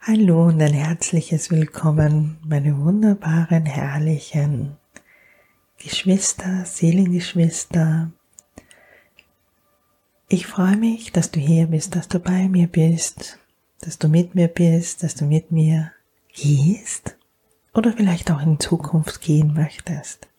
Hallo und ein herzliches Willkommen, meine wunderbaren, herrlichen Geschwister, Seelengeschwister. Ich freue mich, dass du hier bist, dass du bei mir bist, dass du mit mir bist, dass du mit mir gehst oder vielleicht auch in Zukunft gehen möchtest.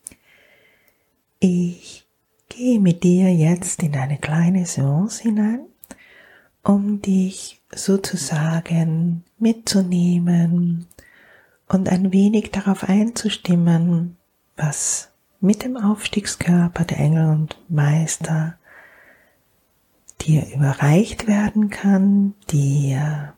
Ich gehe mit dir jetzt in eine kleine Seance hinein, um dich sozusagen mitzunehmen und ein wenig darauf einzustimmen, was mit dem Aufstiegskörper der Engel und Meister dir überreicht werden kann, dir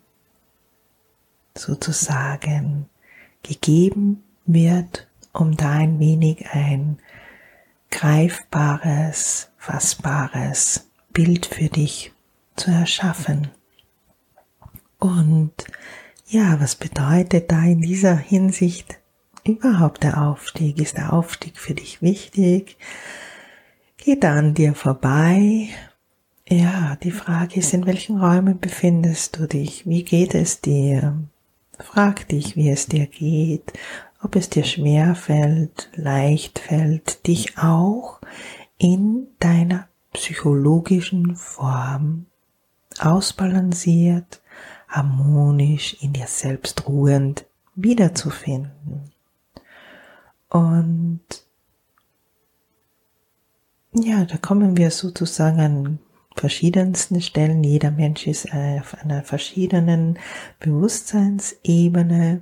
sozusagen gegeben wird, um da ein wenig ein greifbares, fassbares Bild für dich zu erschaffen. Und ja, was bedeutet da in dieser Hinsicht überhaupt der Aufstieg? Ist der Aufstieg für dich wichtig? Geht er an dir vorbei? Ja, die Frage ist, in welchen Räumen befindest du dich? Wie geht es dir? Frag dich, wie es dir geht, ob es dir schwer fällt, leicht fällt, dich auch in deiner psychologischen Form ausbalanciert, harmonisch, in dir selbst ruhend wiederzufinden. Und ja, da kommen wir sozusagen an verschiedensten Stellen. Jeder Mensch ist auf einer verschiedenen Bewusstseinsebene,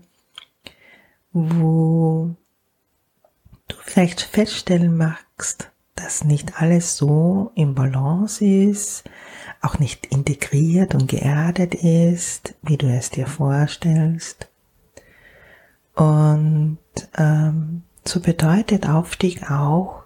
wo du vielleicht feststellen magst, dass nicht alles so im Balance ist, auch nicht integriert und geerdet ist, wie du es dir vorstellst. Und so bedeutet Aufstieg auch,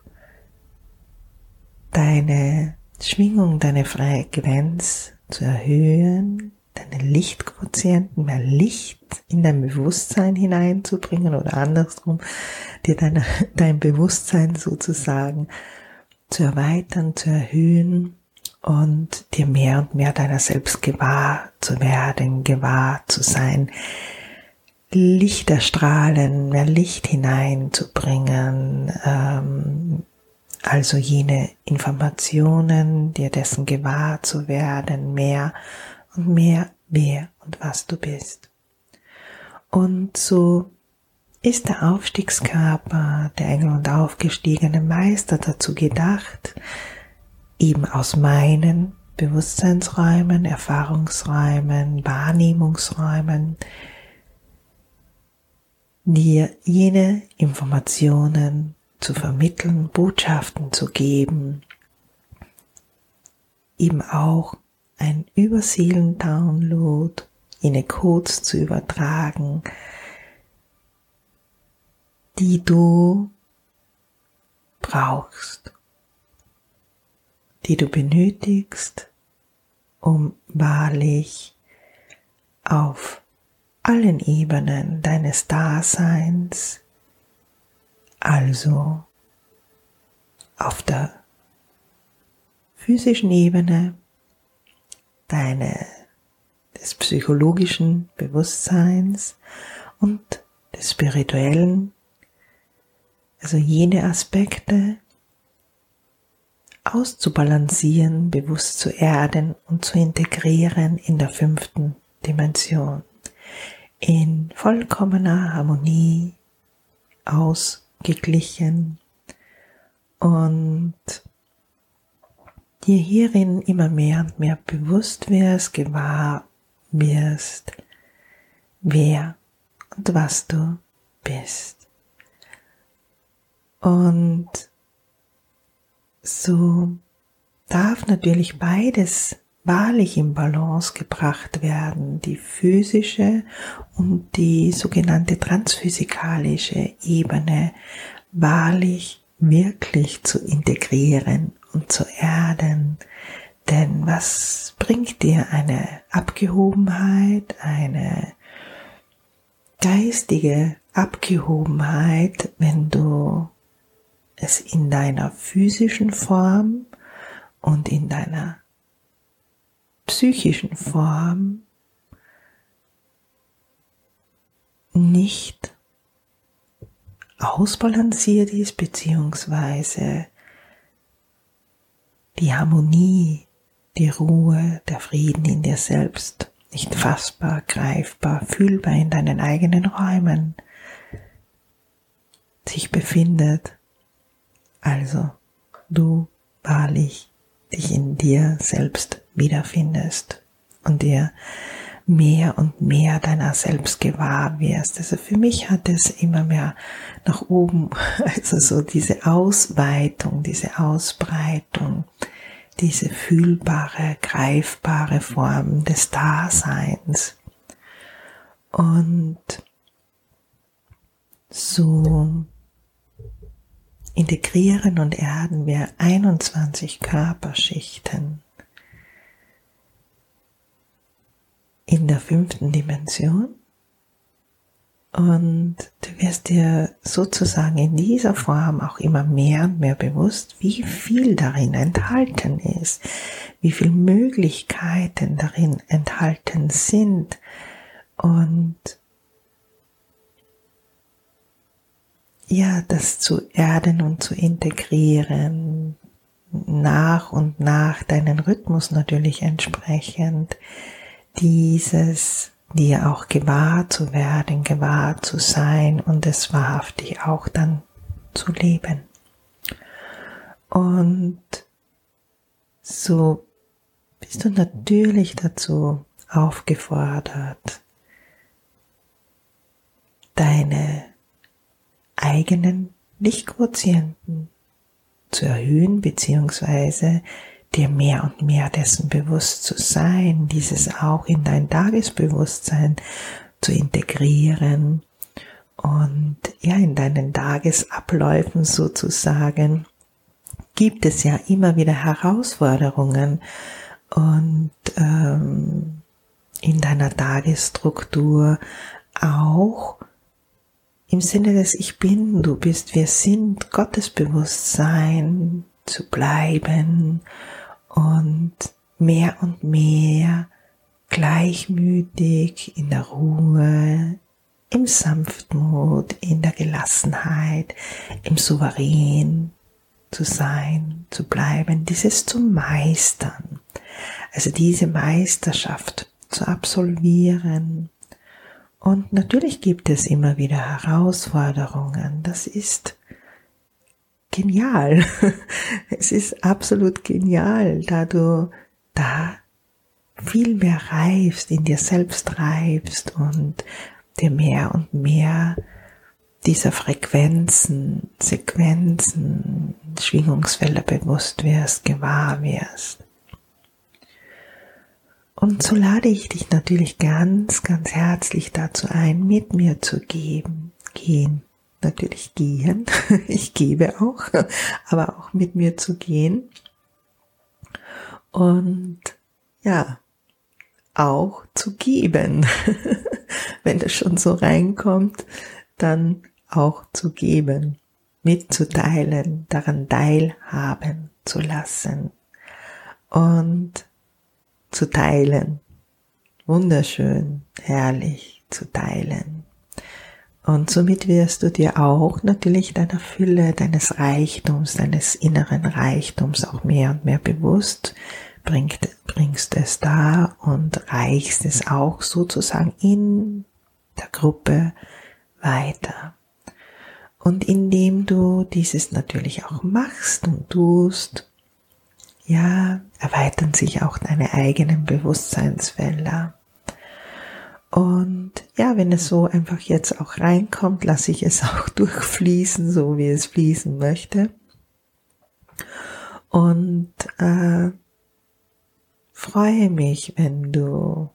deine Schwingung, deine Frequenz zu erhöhen, deine Lichtquotienten, mehr Licht in dein Bewusstsein hineinzubringen oder andersrum, dir dein Bewusstsein sozusagen zu erweitern, zu erhöhen und dir mehr und mehr deiner selbst gewahr zu werden, gewahr zu sein, Lichterstrahlen, mehr Licht hineinzubringen, also jene Informationen, dir dessen gewahr zu werden, mehr und mehr, wer und was du bist. Und so ist der Aufstiegskörper der Engel und aufgestiegene Meister dazu gedacht, eben aus meinen Bewusstseinsräumen, Erfahrungsräumen, Wahrnehmungsräumen, dir jene Informationen zu vermitteln, Botschaften zu geben, eben auch ein Überseelen-Download, jene Codes zu übertragen, die du brauchst, die du benötigst, um wahrlich auf allen Ebenen deines Daseins, also auf der physischen Ebene, des psychologischen Bewusstseins und des spirituellen, also jene Aspekte auszubalancieren, bewusst zu erden und zu integrieren in der 5. Dimension. In vollkommener Harmonie, ausgeglichen und dir hierin immer mehr und mehr bewusst wirst, gewahr wirst, wer und was du bist. Und so darf natürlich beides wahrlich in Balance gebracht werden, die physische und die sogenannte transphysikalische Ebene wahrlich wirklich zu integrieren und zu erden. Denn was bringt dir eine Abgehobenheit, eine geistige Abgehobenheit, wenn du es in deiner physischen Form und in deiner psychischen Form nicht ausbalanciert ist, beziehungsweise die Harmonie, die Ruhe, der Frieden in dir selbst nicht fassbar, greifbar, fühlbar in deinen eigenen Räumen sich befindet. Also du wahrlich dich in dir selbst wiederfindest und dir mehr und mehr deiner selbst gewahr wirst. Also für mich hat es immer mehr nach oben, also so diese Ausweitung, diese Ausbreitung, diese fühlbare, greifbare Form des Daseins. Und so integrieren und erden wir 21 Körperschichten in der 5. Dimension, und du wirst dir sozusagen in dieser Form auch immer mehr und mehr bewusst, wie viel darin enthalten ist, wie viele Möglichkeiten darin enthalten sind, und ja, das zu erden und zu integrieren, nach und nach deinen Rhythmus natürlich entsprechend, dieses dir auch gewahr zu werden, gewahr zu sein und es wahrhaftig auch dann zu leben. Und so bist du natürlich dazu aufgefordert, deine eigenen Lichtquotienten zu erhöhen, beziehungsweise dir mehr und mehr dessen bewusst zu sein, dieses auch in dein Tagesbewusstsein zu integrieren und ja, in deinen Tagesabläufen sozusagen gibt es ja immer wieder Herausforderungen und in deiner Tagesstruktur auch im Sinne des Ich Bin, Du bist, wir sind, Gottesbewusstsein zu bleiben und mehr gleichmütig in der Ruhe, im Sanftmut, in der Gelassenheit, im Souverän zu sein, zu bleiben, dieses zu meistern, also diese Meisterschaft zu absolvieren. Und natürlich gibt es immer wieder Herausforderungen, das ist genial. Es ist absolut genial, da du da viel mehr reifst, in dir selbst reifst und dir mehr und mehr dieser Frequenzen, Sequenzen, Schwingungsfelder bewusst wirst, gewahr wirst. Und so lade ich dich natürlich ganz, ganz herzlich dazu ein, mit mir zu gehen. Natürlich gehen, ich gebe auch, aber auch mit mir zu gehen. Und ja, auch zu geben. Wenn das schon so reinkommt, dann auch zu geben, mitzuteilen, daran teilhaben zu lassen und zu teilen. Wunderschön, herrlich zu teilen. Und somit wirst du dir auch natürlich deiner Fülle, deines Reichtums, deines inneren Reichtums auch mehr und mehr bewusst, bringst es da und reichst es auch sozusagen in der Gruppe weiter. Und indem du dieses natürlich auch machst und tust, ja, erweitern sich auch deine eigenen Bewusstseinsfelder. Und ja, wenn es so einfach jetzt auch reinkommt, lasse ich es auch durchfließen, so wie es fließen möchte. Und freue mich, wenn du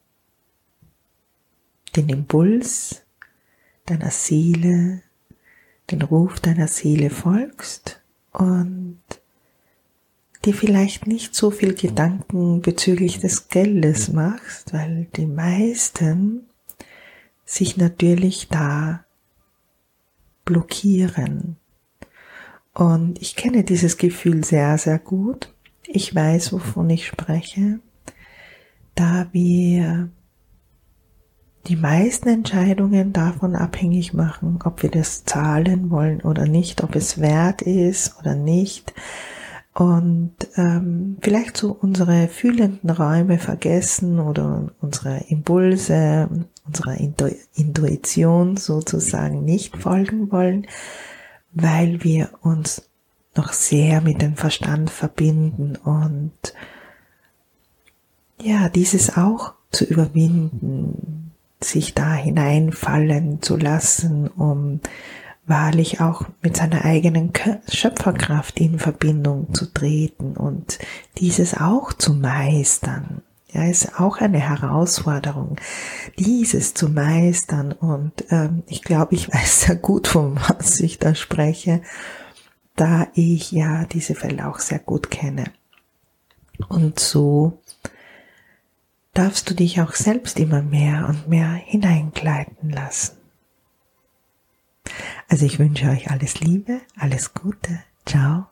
den Impuls deiner Seele, den Ruf deiner Seele folgst und dir vielleicht nicht so viel Gedanken bezüglich des Geldes machst, weil die meisten sich natürlich da blockieren. Und ich kenne dieses Gefühl sehr, sehr gut. Ich weiß, wovon ich spreche, da wir die meisten Entscheidungen davon abhängig machen, ob wir das zahlen wollen oder nicht, ob es wert ist oder nicht. Und vielleicht so unsere fühlenden Räume vergessen oder unsere Impulse, unserer Intuition sozusagen nicht folgen wollen, weil wir uns noch sehr mit dem Verstand verbinden und ja, dieses auch zu überwinden, sich da hineinfallen zu lassen, um wahrlich auch mit seiner eigenen Schöpferkraft in Verbindung zu treten und dieses auch zu meistern. Ja, ist auch eine Herausforderung, dieses zu meistern und ich glaube, ich weiß sehr gut, von was ich da spreche, da ich ja diese Fälle auch sehr gut kenne. Und so darfst du dich auch selbst immer mehr und mehr hineingleiten lassen. Also ich wünsche euch alles Liebe, alles Gute. Ciao.